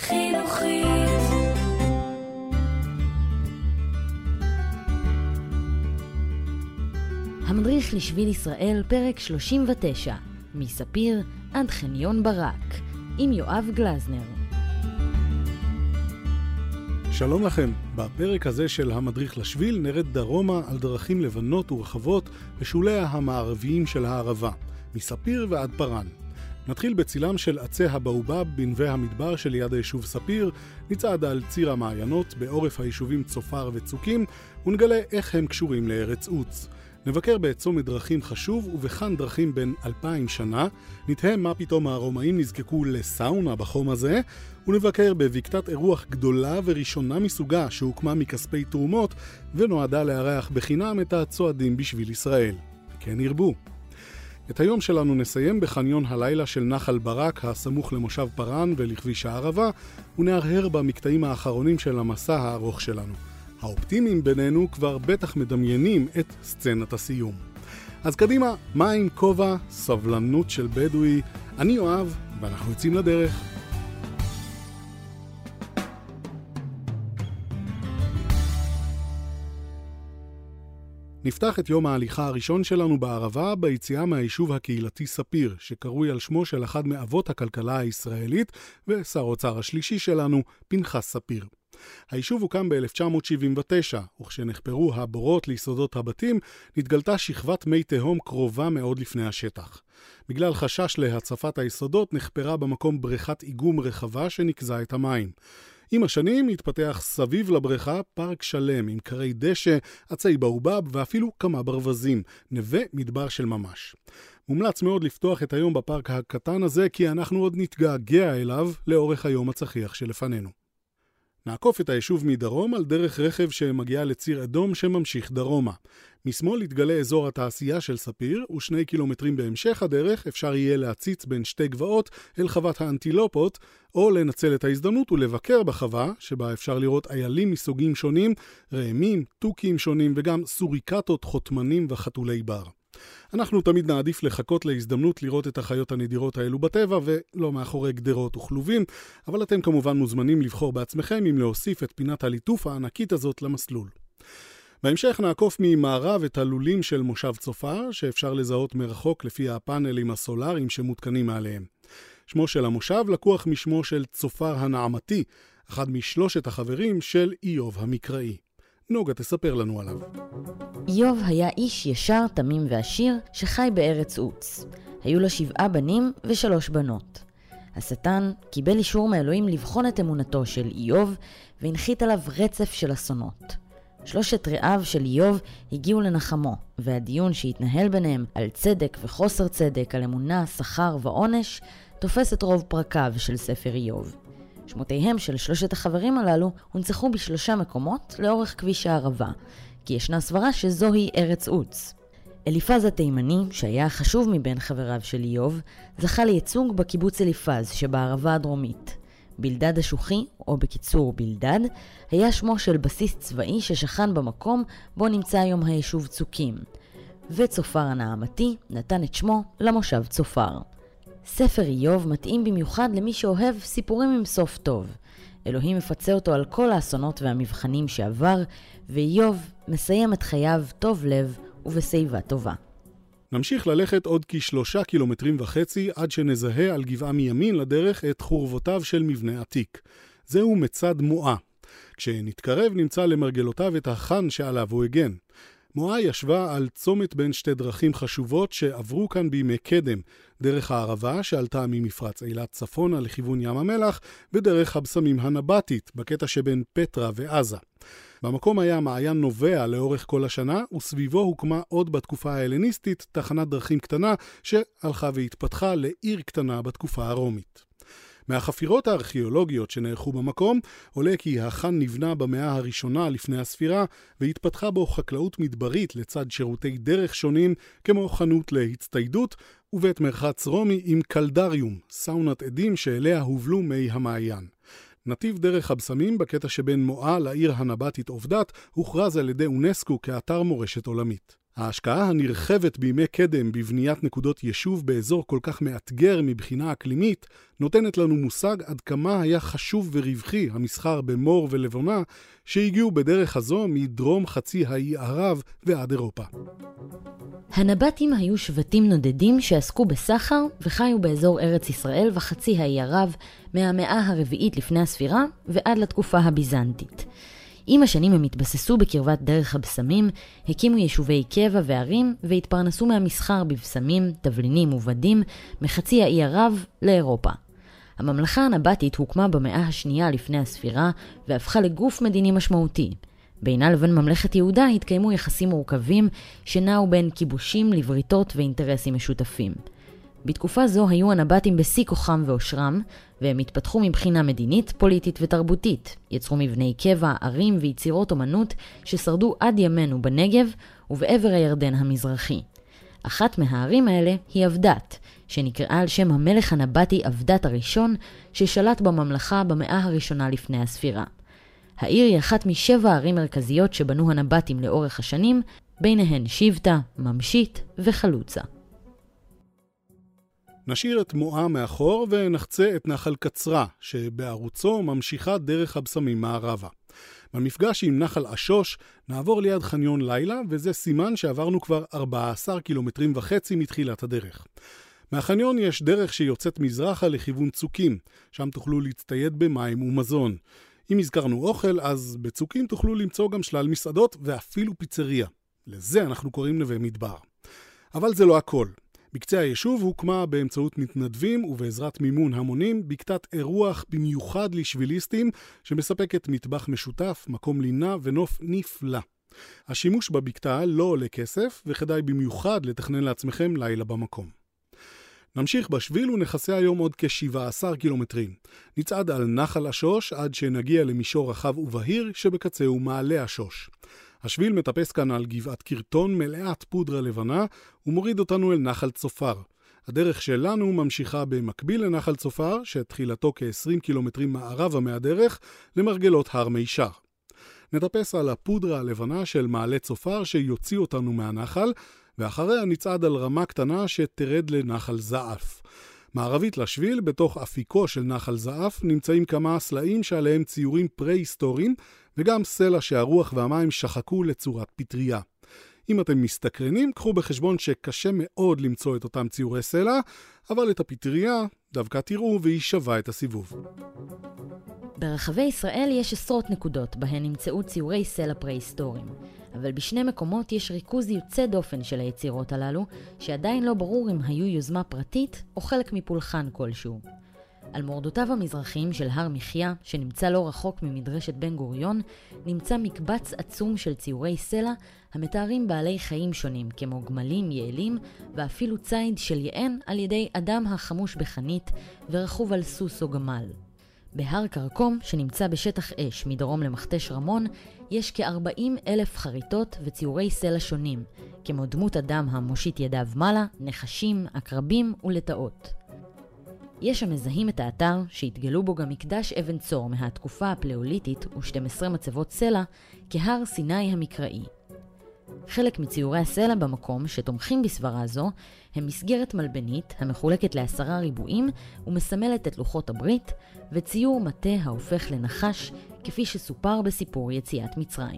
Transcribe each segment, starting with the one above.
חינוכית. המדריך לשביל ישראל, פרק 39, מספיר עד חניון ברק, עם יואב גלזנר. שלום לכם, בפרק הזה של המדריך לשביל נרד דרומה על דרכים לבנות ורחבות בשוליה המערביים של הערבה, מספיר ועד פרן. נתחיל בצילם של עצי הבאובב בנווה המדבר שליד היישוב ספיר, נצעד על ציר המעיינות בעורף היישובים צופר וצוקים, ונגלה איך הם קשורים לארץ עוץ. נבקר בצומת דרכים חשוב ובחן דרכים בין 2000 שנה, נתהם מה פתאום הרומאים נזקקו לסאונה בחום הזה, ונבקר בבקתת אירוח גדולה וראשונה מסוגה שהוקמה מכספי תרומות ונועדה לארח בחינם את הצועדים בשביל ישראל. כן ירבו. את היום שלנו נסיים בחניון הלילה של נחל ברק הסמוך למושב פרן ולכביש הערבה, ונהרהר במקטעים האחרונים של המסע הארוך שלנו. האופטימיים בינינו כבר בטח מדמיינים את סצנת הסיום. אז קדימה, מים, כובע, סבלנות של בדואי. אני יואב, ואנחנו יוצאים לדרך. נפתח את יום ההליכה הראשון שלנו בערבה ביציאה מהיישוב הקהילתי ספיר, שקרוי על שמו של אחד מאבות הכלכלה הישראלית ושר אוצר השלישי שלנו, פנחס ספיר. היישוב הוקם ב-1979, וכשנחפרו הבורות ליסודות הבתים, נתגלתה שכבת מי תהום קרובה מאוד לפני השטח. בגלל חשש להצפת היסודות, נחפרה במקום בריכת איגום רחבה שנקזה את המים. עם השנים התפתח סביב לבריכה פארק שלם עם קרי דשא, עצי באובב ואפילו כמה ברווזים, נווה מדבר של ממש. מומלץ מאוד לפתוח את היום בפארק הקטן הזה, כי אנחנו עוד נתגעגע אליו לאורך היום הצחיח שלפנינו. נעקוף את היישוב מדרום על דרך רכב שמגיעה לציר אדום שממשיך דרומה. משמאל יתגלה אזור התעשייה של ספיר, ו2 קילומטרים בהמשך הדרך אפשר יהיה להציץ בין שתי גבעות אל חוות האנטילופות, או לנצל את ההזדמנות ולבקר בחווה, שבה אפשר לראות איילים מסוגים שונים, רעמים, טוקים שונים וגם סוריקטות, חותמנים וחתולי בר. אנחנו תמיד נעדיף לחכות להזדמנות לראות את החיות הנדירות האלו בטבע ולא מאחורי גדרות וכלובים, אבל אתם כמובן מוזמנים לבחור בעצמכם אם להוסיף את פינת הליטוף הענקית הזאת למסלול. בהמשך נעקוף ממערב את הלולים של מושב צופר, שאפשר לזהות מרחוק לפי הפאנלים הסולריים שמותקנים עליהם. שמו של המושב לקוח משמו של צופר הנעמתי, אחד משלושת החברים של איוב המקראי. נוגה תספר לנו עליו. איוב היה איש ישר, תמים ועשיר שחי בארץ עוץ. היו לו 7 בנים ו3 בנות. השטן קיבל אישור מאלוהים לבחון את אמונתו של איוב והנחית עליו רצף של אסונות. 3 רעיו של איוב הגיעו לנחמו, והדיון שהתנהל ביניהם על צדק וחוסר צדק, על אמונה, שכר ועונש, תופס את רוב פרקיו של ספר איוב. שמותיהם של 3 החברים הללו הונצחו ב3 מקומות לאורך כביש הערבה, כי ישנה סברה שזוהי ארץ עוץ. אליפז התימני, שהיה חשוב מבין חבריו של איוב, זכה לייצוג בקיבוץ אליפז שבערבה הדרומית. בלדד השוחי, או בקיצור בלדד, היה שמו של בסיס צבאי ששכן במקום בו נמצא היום היישוב צוקים. וצופר הנעמתי נתן את שמו למושב צופר. ספר איוב מתאים במיוחד למי שאוהב סיפורים עם סוף טוב. אלוהים מפצה אותו על כל האסונות והמבחנים שעבר, ואיוב מסיים את חייו טוב לב ובשיבה טובה. נמשיך ללכת עוד כ3.5 קילומטרים עד שנזהה על גבעה מימין לדרך את חורבותיו של מבנה עתיק. זהו מצד מועה. כשנתקרב נמצא למרגלותיו את החן שעליו הוא הגן. מועה ישבה על צומת בין 2 דרכים חשובות שעברו כאן בימי קדם, דרך הערבה שעלתה ממפרץ אילת צפונה לכיוון ים המלח, ודרך הבשמים הנבטית בקטע שבין פטרה ועזה. במקום היה מעיין נובע לאורך כל השנה, וסביבו הוקמה עוד בתקופה ההלניסטית תחנת דרכים קטנה שהלכה והתפתחה לעיר קטנה בתקופה הרומית. מהחפירות הארכיאולוגיות שנערכו במקום עולה כי החן נבנה במאה הראשונה לפני הספירה, והתפתחה בו חקלאות מדברית לצד שירותי דרך שונים כמו חנות להצטיידות ובית מרחץ רומי עם קלדריום, סאונת עדים שאליה הובלו מי המעיין. נתיב דרך הבשמים בקטע שבין מועה לעיר הנבטית עובדת הוכרז על ידי אונסקו כאתר מורשת עולמית. ההשקעה הנרחבת בימי קדם בבניית נקודות יישוב באזור כל כך מאתגר מבחינה אקלימית, נותנת לנו מושג עד כמה היה חשוב ורווחי המסחר במור ולבונה, שהגיעו בדרך הזו מדרום חצי האי ערב ועד אירופה. הנבטים היו שבטים נודדים שעסקו בסחר וחיו באזור ארץ ישראל וחצי האי ערב מהמאה הרביעית לפני הספירה ועד לתקופה הביזנטית. עם השנים הם התבססו בקרבת דרך הבשמים, הקימו יישובי קבע וערים והתפרנסו מהמסחר בבשמים, תבלינים ובדים מחצי האי ערב לאירופה. הממלכה הנבטית הוקמה במאה השנייה לפני הספירה והפכה לגוף מדיני משמעותי. בינה לבין ממלכת יהודה התקיימו יחסים מורכבים שנעו בין כיבושים לבריתות ואינטרסים משותפים. בתקופה זו היו הנבטים בשיא כוחם ואושרם, והם התפתחו מבחינה מדינית, פוליטית ותרבותית. יצרו מבני קבע, ערים ויצירות אומנות ששרדו עד ימינו בנגב ובעבר הירדן המזרחי. אחת מהערים האלה היא אבדת, שנקראה על שם המלך הנבטי אבדת הראשון, ששלט בממלכה במאה הראשונה לפני הספירה. העיר היא אחת משבע ערים מרכזיות שבנו הנבטים לאורך השנים, ביניהן שבטה, ממשית וחלוצה. נשאיר את מועה מאחור ונחצה את נחל קצרה, שבערוצו ממשיכה דרך הבשמים מערבה. במפגש עם נחל אשוש נעבור ליד חניון לילה, וזה סימן שעברנו כבר 14 קילומטרים וחצי מתחילת הדרך. מהחניון יש דרך שיוצאת מזרחה לכיוון צוקים, שם תוכלו להצטייד במים ומזון. אם הזכרנו אוכל, אז בצוקים תוכלו למצוא גם שלל מסעדות ואפילו פיצריה. לזה אנחנו קוראים נווה מדבר. אבל זה לא הכל. בקצה היישוב הוקמה באמצעות מתנדבים ובעזרת מימון המונים בקתת אירוח במיוחד לשביליסטים שמספקת מטבח משותף, מקום לינה ונוף נפלא. השימוש בבקתה לא עולה כסף וכדאי במיוחד לתכנן לעצמכם לילה במקום. נמשיך בשביל ונחסה היום עוד כ-17 קילומטרים. נצעד על נחל אשוש עד שנגיע למישור רחב ובהיר שבקצהו מעלה אשוש. השביל מטפס כאן על גבעת קרטון מלאת פודרה לבנה ומוריד אותנו אל נחל צופר. הדרך שלנו ממשיכה במקביל לנחל צופר, שתחילתו כ-20 קילומטרים מערבה מהדרך, למרגלות הר מישר. נטפס על הפודרה הלבנה של מעלה צופר שיוציא אותנו מהנחל, ואחריה נצעד על רמה קטנה שתרד לנחל זעף. מערבית לשביל, בתוך אפיקו של נחל זעף, נמצאים כמה סלעים שעליהם ציורים פרה-היסטוריים, וגם סלע שהרוח והמים שחקו לצורת פטריה. אם אתם מסתקרנים, קחו בחשבון שקשה מאוד למצוא את אותם ציורי סלע, אבל את הפטריה דווקא תראו והיא שווה את הסיבוב. ברחבי ישראל יש עשרות נקודות בהן נמצאו ציורי סלע פרה-היסטוריים, אבל בשני מקומות יש ריכוז יוצא דופן של היצירות הללו, שעדיין לא ברור אם היו יוזמה פרטית או חלק מפולחן כלשהו. על מורדותיו המזרחיים של הר מחיה, שנמצא לא רחוק ממדרשת בן גוריון, נמצא מקבץ עצום של ציורי סלע המתארים בעלי חיים שונים, כמו גמלים, יעלים ואפילו ציד של יען על ידי אדם החמוש בחנית ורכוב על סוס או גמל. בהר קרקום, שנמצא בשטח אש מדרום למכתש רמון, יש כ-40,000 חריטות וציורי סלע שונים, כמו דמות אדם המושיט ידיו מעלה, נחשים, עקרבים ולטאות. יש המזהים את האתר שהתגלו בו גם מקדש אבן צור מהתקופה הפלאוליתית ו12 מצבות סלע כהר סיני המקראי. חלק מציורי הסלע במקום שתומכים בסברה זו הם מסגרת מלבנית המחולקת ל10 ריבועים ומסמלת את לוחות הברית, וציור מטה ההופך לנחש כפי שסופר בסיפור יציאת מצרים.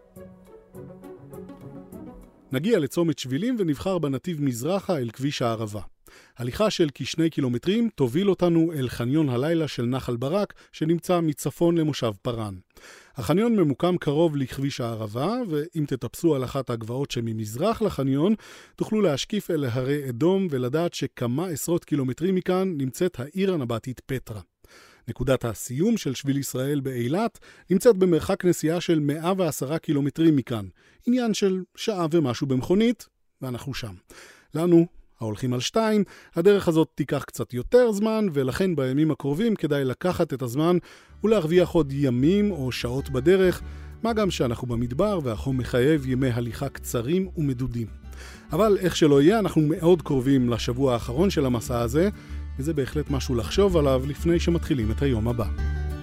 נגיע לצומת שבילים ונבחר בנתיב מזרחה אל כביש הערבה. הליכה של כ2 קילומטרים תוביל אותנו אל חניון הלילה של נחל ברק שנמצא מצפון למושב פרן. החניון ממוקם קרוב לכביש הערבה, ואם תטפסו על אחת הגבעות שממזרח לחניון, תוכלו להשקיף אל הרי אדום ולדעת שכמה עשרות קילומטרים מכאן נמצאת העיר הנבטית פטרה. נקודת הסיום של שביל ישראל באילת נמצאת במרחק נסיעה של 110 קילומטרים מכאן. עניין של שעה ומשהו במכונית, ואנחנו שם. לנו, ההולכים על 2, הדרך הזאת תיקח קצת יותר זמן, ולכן בימים הקרובים כדאי לקחת את הזמן ולהרוויח עוד ימים או שעות בדרך, מה גם שאנחנו במדבר והחום מחייב ימי הליכה קצרים ומדודים. אבל איך שלא יהיה, אנחנו מאוד קרובים לשבוע האחרון של המסע הזה, וזה בהחלט משהו לחשוב עליו לפני שמתחילים את היום הבא.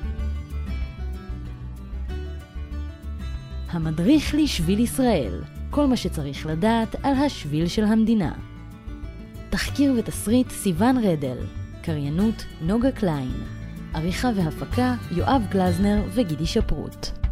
המדריך לשביל ישראל, כל מה שצריך לדעת על השביל של המדינה. תחקיר ותסריט סיוון רדל, קריינות נוגה קליין, עריכה והפקה יואב גלזנר וגידי שפרוט.